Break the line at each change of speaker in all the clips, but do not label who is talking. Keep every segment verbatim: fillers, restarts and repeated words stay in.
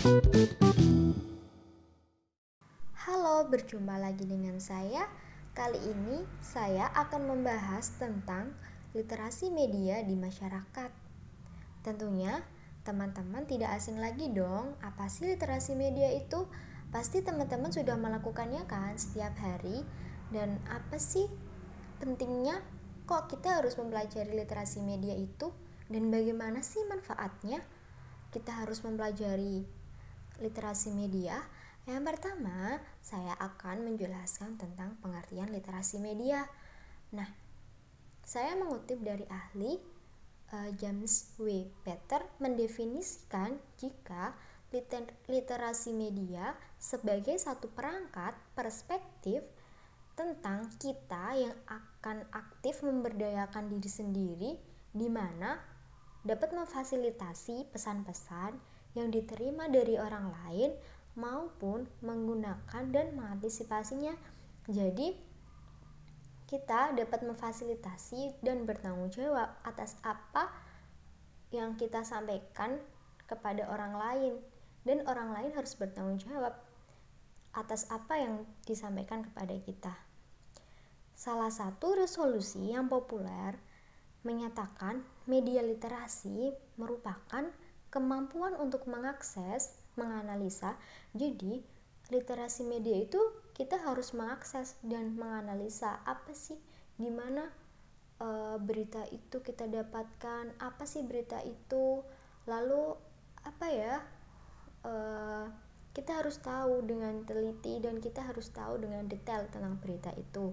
Halo, berjumpa lagi dengan saya. Kali ini saya akan membahas tentang literasi media di masyarakat. Tentunya teman-teman tidak asing lagi dong, apa sih literasi media itu? Pasti teman-teman sudah melakukannya kan setiap hari. Dan apa sih pentingnya kok kita harus mempelajari literasi media itu? Dan bagaimana sih manfaatnya kita harus mempelajari literasi media? Yang pertama, saya akan menjelaskan tentang pengertian literasi media. Nah, saya mengutip dari ahli uh, James W. Peter mendefinisikan jika liter- literasi media sebagai satu perangkat perspektif tentang kita yang akan aktif memberdayakan diri sendiri, di mana dapat memfasilitasi pesan-pesan yang diterima dari orang lain maupun menggunakan dan mengantisipasinya. Jadi, kita dapat memfasilitasi dan bertanggung jawab atas apa yang kita sampaikan kepada orang lain, dan orang lain harus bertanggung jawab atas apa yang disampaikan kepada kita. Salah satu resolusi yang populer menyatakan media literasi merupakan kemampuan untuk mengakses, menganalisa. Jadi, literasi media itu kita harus mengakses dan menganalisa apa sih, gimana e, berita itu kita dapatkan, apa sih berita itu, lalu apa ya, e, kita harus tahu dengan teliti dan kita harus tahu dengan detail tentang berita itu.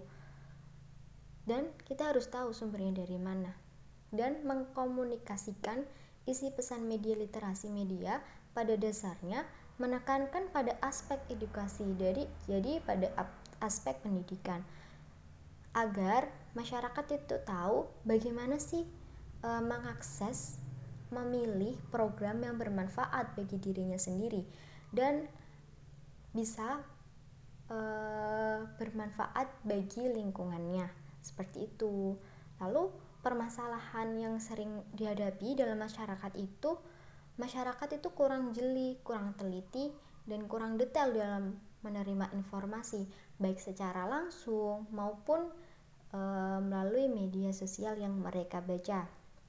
Dan kita harus tahu sumbernya dari mana dan mengkomunikasikan isi pesan media. Literasi media pada dasarnya menekankan pada aspek edukasi, dari jadi pada aspek pendidikan, agar masyarakat itu tahu bagaimana sih e, mengakses, memilih program yang bermanfaat bagi dirinya sendiri dan bisa e, bermanfaat bagi lingkungannya. Seperti itu. Lalu permasalahan yang sering dihadapi dalam masyarakat itu, masyarakat itu kurang jeli, kurang teliti, dan kurang detail dalam menerima informasi, baik secara langsung maupun e, melalui media sosial yang mereka baca.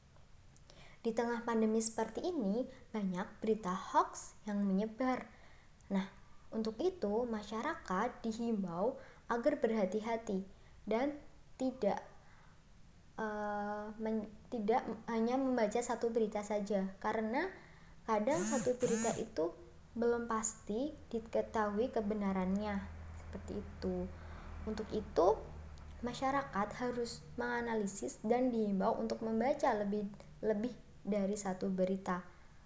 Di tengah pandemi seperti ini, banyak berita hoax yang menyebar. Nah, untuk itu masyarakat dihimbau agar berhati-hati dan tidak uh, men, tidak hanya membaca satu berita saja, karena kadang satu berita itu belum pasti diketahui kebenarannya. Seperti itu. Untuk itu masyarakat harus menganalisis dan dihimbau untuk membaca lebih lebih dari satu berita.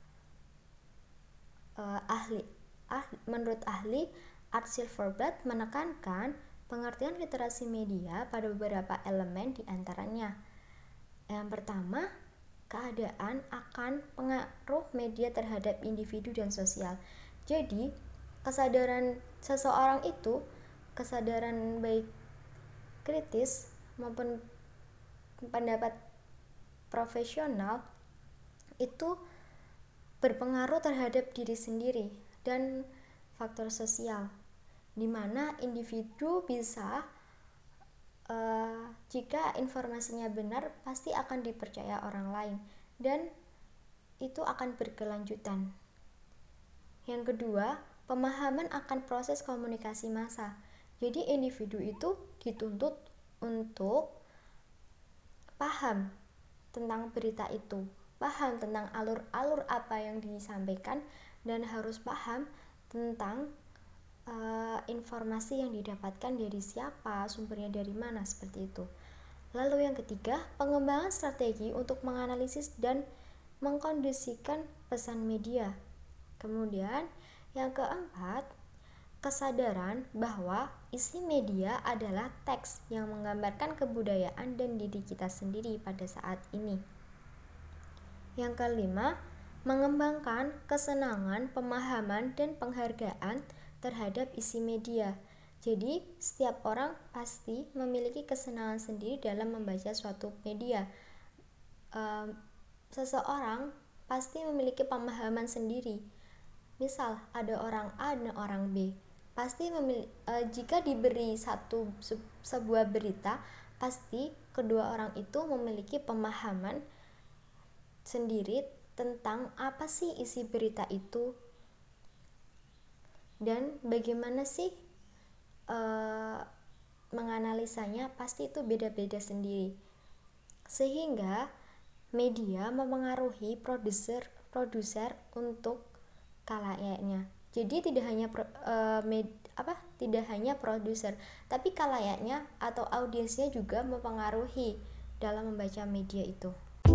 Uh, ahli, ahli menurut ahli Art Silverberg menekankan pengertian literasi media pada beberapa elemen diantaranya. Yang pertama, keadaan akan pengaruh media terhadap individu dan sosial. Jadi, kesadaran seseorang itu, kesadaran baik kritis maupun pendapat profesional itu berpengaruh terhadap diri sendiri dan faktor sosial, di mana individu bisa uh, jika informasinya benar pasti akan dipercaya orang lain dan itu akan berkelanjutan. Yang kedua, pemahaman akan proses komunikasi massa. Jadi individu itu dituntut untuk paham tentang berita itu, paham tentang alur-alur apa yang disampaikan, dan harus paham tentang Uh, informasi yang didapatkan dari siapa, sumbernya dari mana, seperti itu. Lalu yang ketiga, pengembangan strategi untuk menganalisis dan mengkondisikan pesan media. Kemudian yang keempat, kesadaran bahwa isi media adalah teks yang menggambarkan kebudayaan dan diri kita sendiri pada saat ini. Yang kelima, mengembangkan kesenangan, pemahaman, dan penghargaan terhadap isi media. Jadi, setiap orang pasti memiliki kesenangan sendiri dalam membaca suatu media. E, seseorang pasti memiliki pemahaman sendiri Misal ada orang A dan orang B, pasti memil- eh, jika diberi satu se- sebuah berita, pasti kedua orang itu memiliki pemahaman sendiri tentang apa sih isi berita itu dan bagaimana sih eh, menganalisanya. Pasti itu beda-beda sendiri, sehingga media mempengaruhi produser produser untuk kalayaknya. Jadi tidak hanya pro, uh, med, apa tidak hanya produser, tapi kalayaknya atau audiensnya juga mempengaruhi dalam membaca media itu.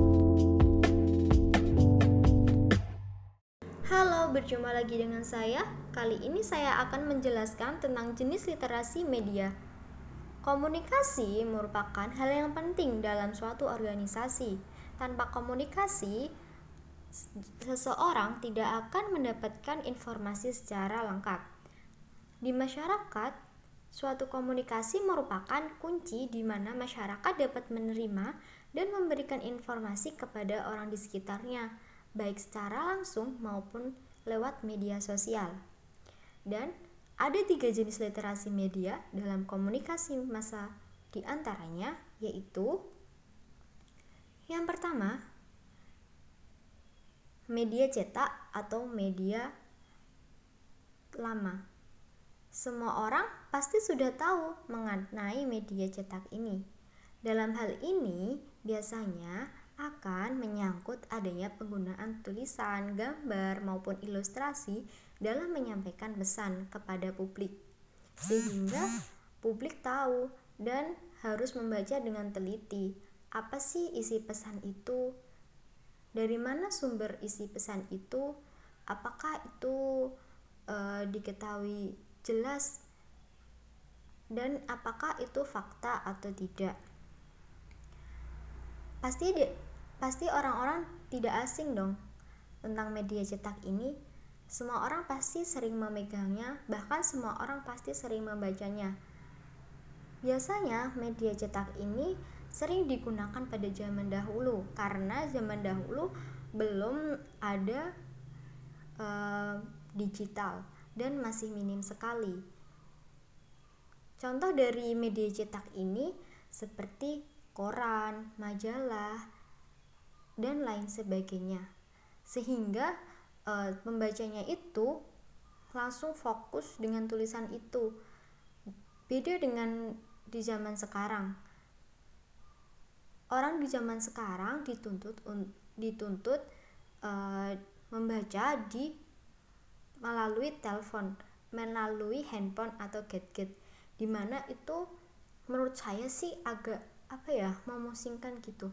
Halo, berjumpa lagi dengan saya. Kali ini saya akan menjelaskan tentang jenis literasi media. Komunikasi merupakan hal yang penting dalam suatu organisasi. Tanpa komunikasi, seseorang tidak akan mendapatkan informasi secara lengkap. Di masyarakat, suatu komunikasi merupakan kunci di mana masyarakat dapat menerima dan memberikan informasi kepada orang di sekitarnya, baik secara langsung maupun lewat media sosial. Dan ada tiga jenis literasi media dalam komunikasi massa, di antaranya yaitu yang pertama, media cetak atau media lama. Semua orang pasti sudah tahu mengenai media cetak ini. Dalam hal ini, biasanya akan menyangkut adanya penggunaan tulisan, gambar, maupun ilustrasi dalam menyampaikan pesan kepada publik, sehingga publik tahu dan harus membaca dengan teliti apa sih isi pesan itu, dari mana sumber isi pesan itu, apakah itu e, diketahui jelas, dan apakah itu fakta atau tidak. Pasti de, pasti orang-orang tidak asing dong tentang media cetak ini. Semua orang pasti sering memegangnya, bahkan semua orang pasti sering membacanya. Biasanya media cetak ini sering digunakan pada zaman dahulu, karena zaman dahulu belum ada uh, digital dan masih minim sekali. Contoh dari media cetak ini seperti koran, majalah, dan lain sebagainya, sehingga uh, pembacanya itu langsung fokus dengan tulisan itu. Beda dengan di zaman sekarang. Orang di zaman sekarang dituntut dituntut uh, membaca di melalui telepon, melalui handphone atau gadget, dimana itu menurut saya sih agak apa ya memusingkan gitu.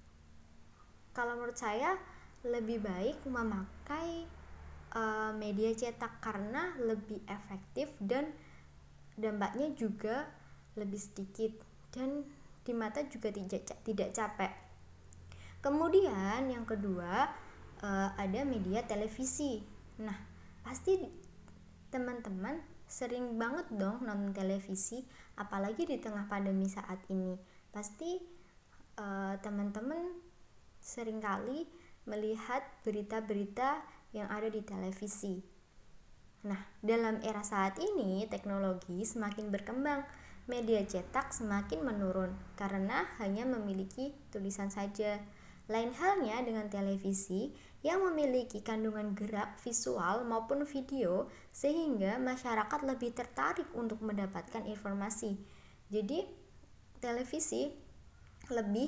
Kalau menurut saya lebih baik memakai uh, media cetak karena lebih efektif dan dampaknya juga lebih sedikit dan di mata juga tidak tidak capek. Kemudian yang kedua uh, ada media televisi. Nah, pasti teman-teman sering banget dong nonton televisi, apalagi di tengah pandemi saat ini. Pasti uh, teman-teman seringkali melihat berita-berita yang ada di televisi. Nah, dalam era saat ini teknologi semakin berkembang, media cetak semakin menurun karena hanya memiliki tulisan saja. Lain halnya dengan televisi yang memiliki kandungan gerak visual maupun video, sehingga masyarakat lebih tertarik untuk mendapatkan informasi. Jadi televisi lebih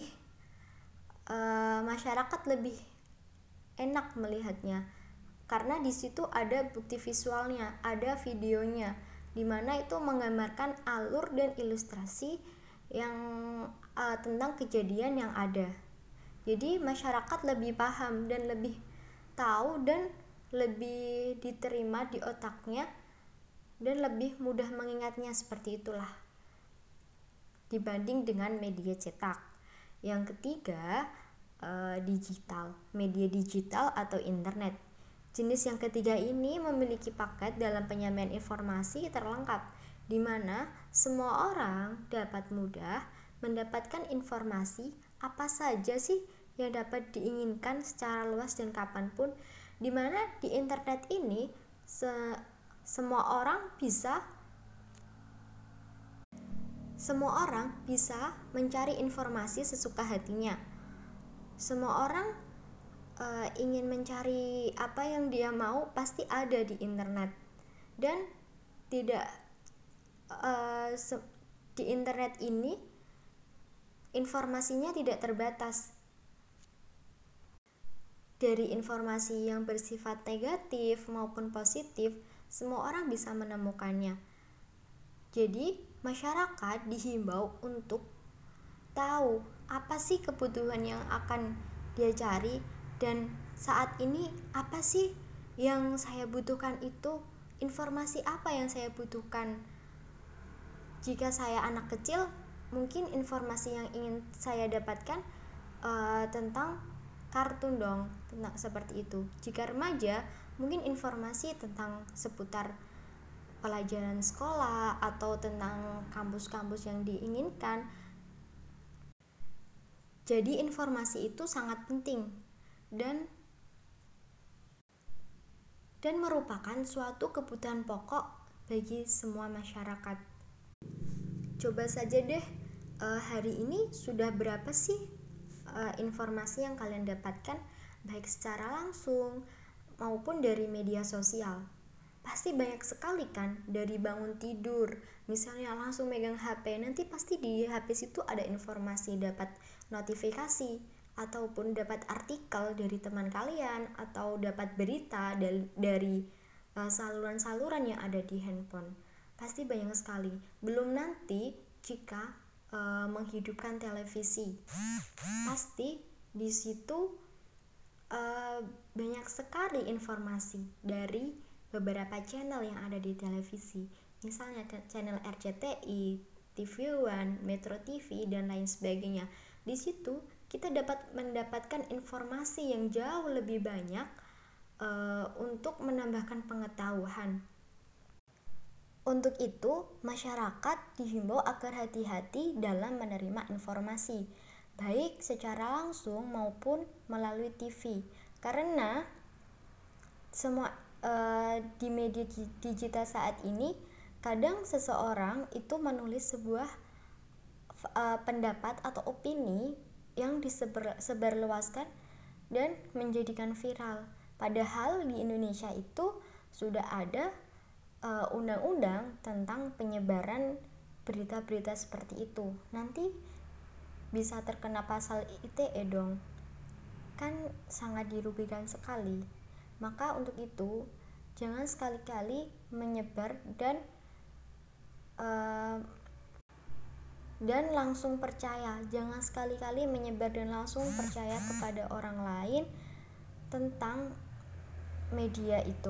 uh, masyarakat lebih enak melihatnya karena di situ ada bukti visualnya, ada videonya, di mana itu menggambarkan alur dan ilustrasi yang uh, tentang kejadian yang ada. Jadi masyarakat lebih paham dan lebih tahu dan lebih diterima di otaknya dan lebih mudah mengingatnya, seperti itulah dibanding dengan media cetak. Yang ketiga, uh, digital, media digital atau internet. Jenis yang ketiga ini memiliki paket dalam penyampaian informasi terlengkap, di mana semua orang dapat mudah mendapatkan informasi apa saja sih yang dapat diinginkan secara luas dan kapanpun, di mana di internet ini Se- semua orang bisa semua orang bisa mencari informasi sesuka hatinya. Semua orang uh, ingin mencari apa yang dia mau pasti ada di internet, dan tidak uh, se- di internet ini informasinya tidak terbatas. Dari informasi yang bersifat negatif maupun positif, semua orang bisa menemukannya. Jadi, masyarakat dihimbau untuk tahu apa sih kebutuhan yang akan dia cari, dan saat ini apa sih yang saya butuhkan, itu informasi apa yang saya butuhkan. Jika saya anak kecil, mungkin informasi yang ingin saya dapatkan uh, tentang kartun dong, tentang seperti itu. Jika remaja, mungkin informasi tentang seputar pelajaran sekolah atau tentang kampus-kampus yang diinginkan. Jadi informasi itu sangat penting dan dan merupakan suatu kebutuhan pokok bagi semua masyarakat. Coba saja deh, uh, hari ini sudah berapa sih uh, informasi yang kalian dapatkan, baik secara langsung maupun dari media sosial? Pasti banyak sekali kan, dari bangun tidur misalnya langsung megang H P, nanti pasti di H P situ ada informasi, dapat notifikasi ataupun dapat artikel dari teman kalian, atau dapat berita dari, dari uh, saluran-saluran yang ada di handphone. Pasti banyak sekali. Belum nanti jika uh, menghidupkan televisi, pasti di situ uh, banyak sekali informasi dari beberapa channel yang ada di televisi. Misalnya channel R C T I, T V One, Metro T V, dan lain sebagainya. Di situ kita dapat mendapatkan informasi yang jauh lebih banyak uh, untuk menambahkan pengetahuan. Untuk itu, masyarakat dihimbau agar hati-hati dalam menerima informasi, baik secara langsung maupun melalui T V. Karena semua uh, di media digital saat ini, kadang seseorang itu menulis sebuah uh, pendapat atau opini yang disebarluaskan dan menjadikan viral. Padahal di Indonesia itu sudah ada uh, undang-undang tentang penyebaran berita-berita seperti itu. Nanti bisa terkena pasal I T E dong. Kan sangat dirugikan sekali. Maka untuk itu, jangan sekali-kali menyebar dan uh, dan langsung percaya. Jangan sekali-kali menyebar dan langsung percaya kepada orang lain tentang media itu.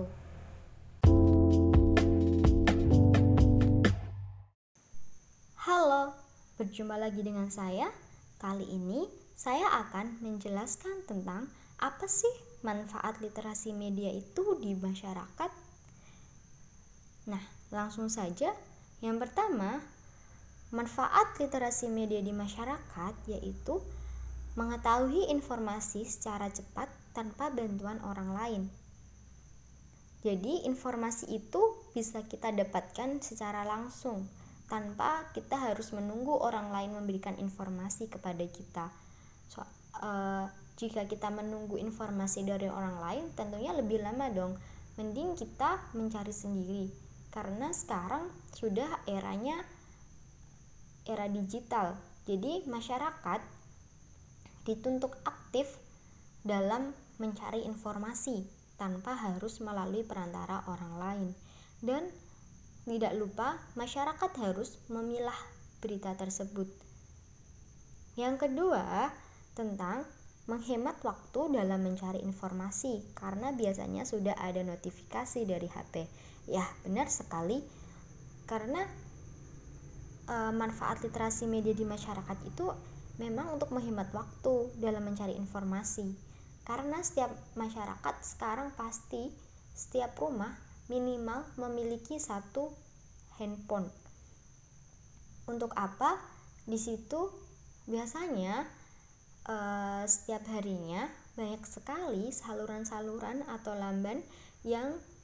Halo, berjumpa lagi dengan saya. Kali ini saya akan menjelaskan tentang apa sih manfaat literasi media itu di masyarakat. Nah, langsung saja. Yang pertama, manfaat literasi media di masyarakat yaitu mengetahui informasi secara cepat tanpa bantuan orang lain. Jadi informasi itu bisa kita dapatkan secara langsung tanpa kita harus menunggu orang lain memberikan informasi kepada kita. So, uh, jika kita menunggu informasi dari orang lain, tentunya lebih lama dong. Mending kita mencari sendiri, karena sekarang sudah eranya era digital. Jadi masyarakat dituntut aktif dalam mencari informasi tanpa harus melalui perantara orang lain. Dan tidak lupa, masyarakat harus memilah berita tersebut. Yang kedua, tentang menghemat waktu dalam mencari informasi, karena biasanya sudah ada notifikasi dari H P. Ya, benar sekali. Karena e, manfaat literasi media di masyarakat itu memang untuk menghemat waktu dalam mencari informasi. Karena setiap masyarakat sekarang pasti setiap rumah minimal memiliki satu handphone. Untuk apa? Di situ biasanya uh, setiap harinya banyak sekali saluran-saluran atau lamban yang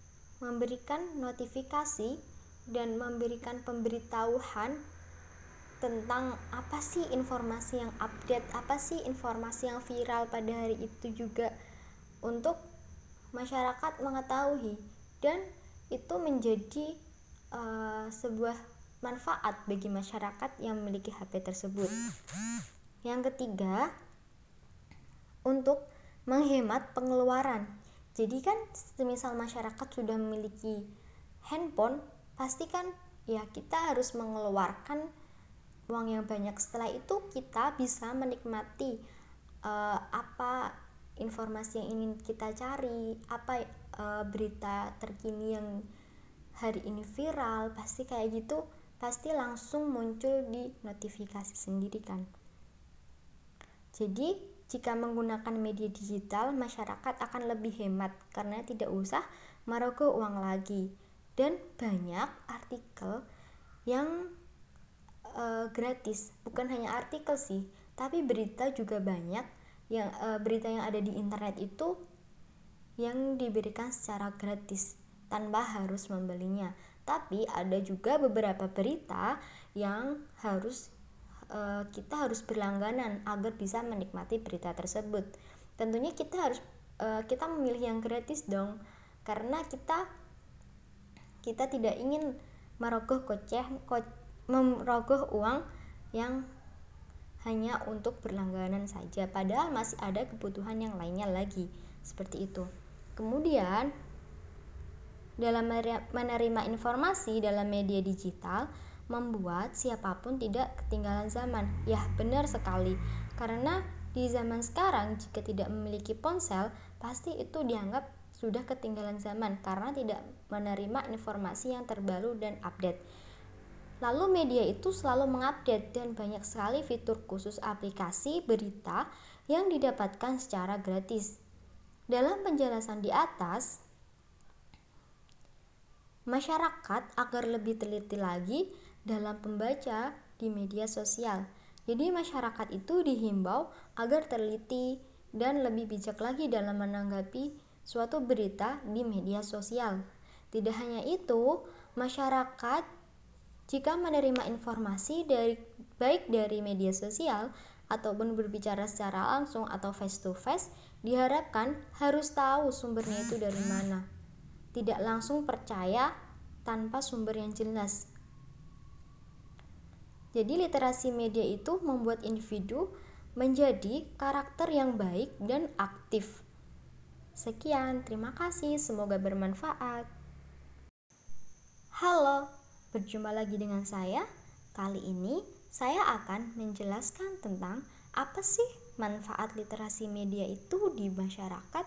memberikan notifikasi dan memberikan pemberitahuan tentang apa sih informasi yang update, apa sih informasi yang viral pada hari itu juga, untuk masyarakat mengetahui, dan itu menjadi uh, sebuah manfaat bagi masyarakat yang memiliki H P tersebut. Yang ketiga, untuk menghemat pengeluaran. Jadi kan semisal masyarakat sudah memiliki handphone, pasti kan ya kita harus mengeluarkan uang yang banyak. Setelah itu kita bisa menikmati uh, apa informasi yang ingin kita cari, apa uh, berita terkini yang hari ini viral, pasti kayak gitu, pasti langsung muncul di notifikasi sendiri kan. Jadi jika menggunakan media digital, masyarakat akan lebih hemat karena tidak usah merogoh uang lagi, dan banyak artikel yang uh, gratis. Bukan hanya artikel sih, tapi berita juga banyak yang uh, berita yang ada di internet itu yang diberikan secara gratis tanpa harus membelinya. Tapi ada juga beberapa berita yang harus uh, kita harus berlangganan agar bisa menikmati berita tersebut. Tentunya kita harus uh, kita memilih yang gratis dong, karena kita kita tidak ingin merogoh koceh ko, merogoh uang yang hanya untuk berlangganan saja, padahal masih ada kebutuhan yang lainnya lagi, seperti itu. Kemudian dalam menerima informasi dalam media digital membuat siapapun tidak ketinggalan zaman. Ya, benar sekali. Karena di zaman sekarang jika tidak memiliki ponsel, pasti itu dianggap sudah ketinggalan zaman karena tidak menerima informasi yang terbaru dan update. Lalu media itu selalu mengupdate dan banyak sekali fitur khusus aplikasi berita yang didapatkan secara gratis. Dalam penjelasan di atas, masyarakat agar lebih teliti lagi dalam membaca di media sosial. Jadi masyarakat itu dihimbau agar teliti dan lebih bijak lagi dalam menanggapi suatu berita di media sosial. Tidak hanya itu, masyarakat jika menerima informasi dari baik dari media sosial ataupun berbicara secara langsung atau face to face, diharapkan harus tahu sumbernya itu dari mana. Tidak langsung percaya tanpa sumber yang jelas. Jadi literasi media itu membuat individu menjadi karakter yang baik dan aktif. Sekian, terima kasih, semoga bermanfaat. Halo, berjumpa lagi dengan saya. Kali ini saya akan menjelaskan tentang apa sih manfaat literasi media itu di masyarakat.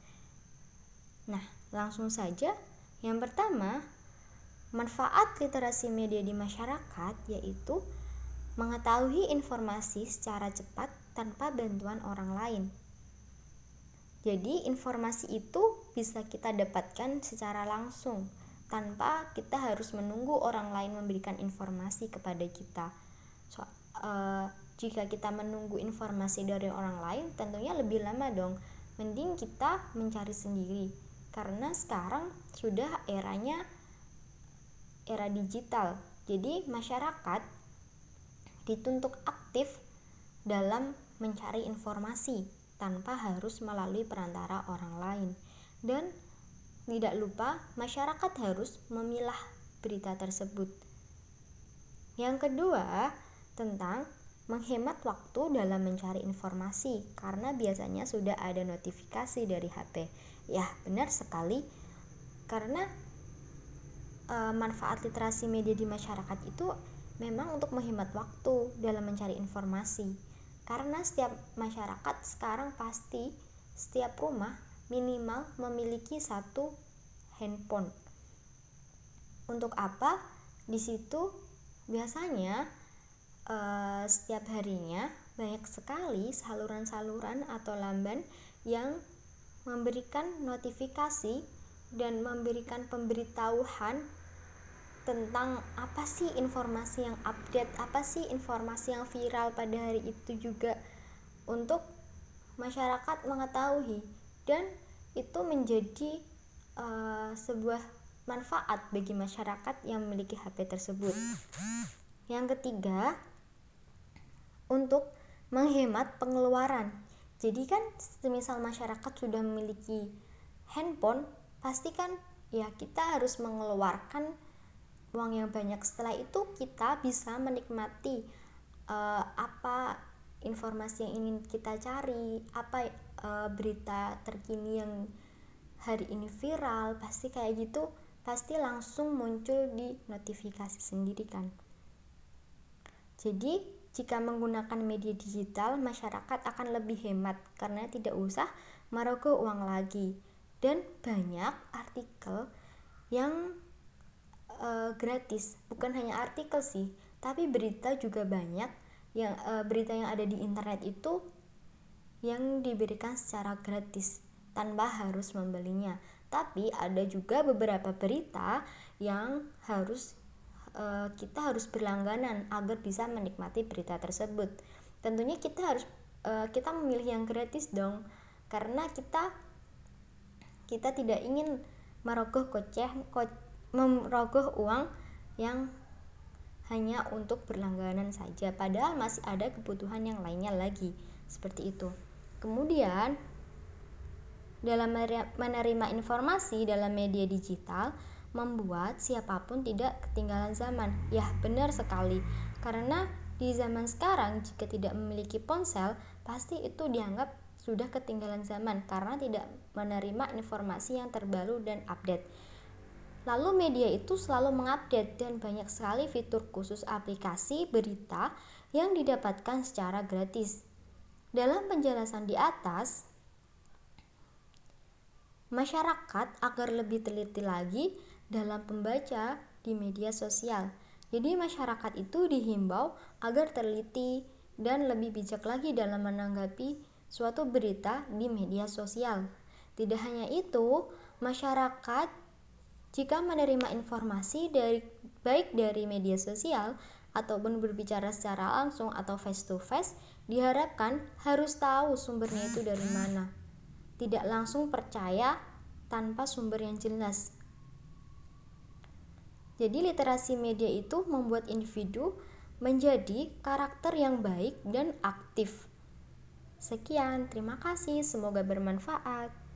Nah, langsung saja. Yang pertama, manfaat literasi media di masyarakat yaitu mengetahui informasi secara cepat tanpa bantuan orang lain. Jadi informasi itu bisa kita dapatkan secara langsung tanpa kita harus menunggu orang lain memberikan informasi kepada kita. So, uh, jika kita menunggu informasi dari orang lain, tentunya lebih lama dong. Mending kita mencari sendiri. Karena sekarang sudah eranya era digital. Jadi masyarakat dituntut aktif dalam mencari informasi tanpa harus melalui perantara orang lain. Dan tidak lupa masyarakat harus memilah berita tersebut. Yang kedua, tentang menghemat waktu dalam mencari informasi karena biasanya sudah ada notifikasi dari H P. Ya, benar sekali. Karena e, manfaat literasi media di masyarakat itu memang untuk menghemat waktu dalam mencari informasi. Karena setiap masyarakat sekarang pasti setiap rumah minimal memiliki satu handphone. Untuk apa? Di situ biasanya eh, setiap harinya banyak sekali saluran-saluran atau lamban yang memberikan notifikasi dan memberikan pemberitahuan tentang apa sih informasi yang update, apa sih informasi yang viral pada hari itu juga, untuk masyarakat mengetahui. Dan itu menjadi uh, sebuah manfaat bagi masyarakat yang memiliki H P tersebut. Yang ketiga, untuk menghemat pengeluaran. Jadi kan semisal masyarakat sudah memiliki handphone, pasti kan ya kita harus mengeluarkan uang yang banyak. Setelah itu kita bisa menikmati uh, apa informasi yang ingin kita cari, apa uh, berita terkini yang hari ini viral, pasti kayak gitu, pasti langsung muncul di notifikasi sendiri kan. Jadi jika menggunakan media digital, masyarakat akan lebih hemat karena tidak usah merogoh uang lagi. Dan banyak artikel yang e, gratis, bukan hanya artikel sih, tapi berita juga banyak yang e, berita yang ada di internet itu yang diberikan secara gratis tanpa harus membelinya. Tapi ada juga beberapa berita yang harus kita harus berlangganan agar bisa menikmati berita tersebut. Tentunya kita harus kita memilih yang gratis dong, karena kita kita tidak ingin merogoh koceh merogoh uang yang hanya untuk berlangganan saja, padahal masih ada kebutuhan yang lainnya lagi seperti itu. Kemudian dalam menerima informasi dalam media digital membuat siapapun tidak ketinggalan zaman. Ya, benar sekali. Karena di zaman sekarang jika tidak memiliki ponsel, pasti itu dianggap sudah ketinggalan zaman karena tidak menerima informasi yang terbaru dan update. Lalu media itu selalu mengupdate dan banyak sekali fitur khusus aplikasi berita yang didapatkan secara gratis. Dalam penjelasan di atas, masyarakat agar lebih teliti lagi dalam pembaca di media sosial. Jadi masyarakat itu dihimbau agar teliti dan lebih bijak lagi dalam menanggapi suatu berita di media sosial. Tidak hanya itu, masyarakat jika menerima informasi dari baik dari media sosial ataupun berbicara secara langsung atau face to face, diharapkan harus tahu sumbernya itu dari mana. Tidak langsung percaya tanpa sumber yang jelas. Jadi literasi media itu membuat individu menjadi karakter yang baik dan aktif. Sekian, terima kasih, semoga bermanfaat.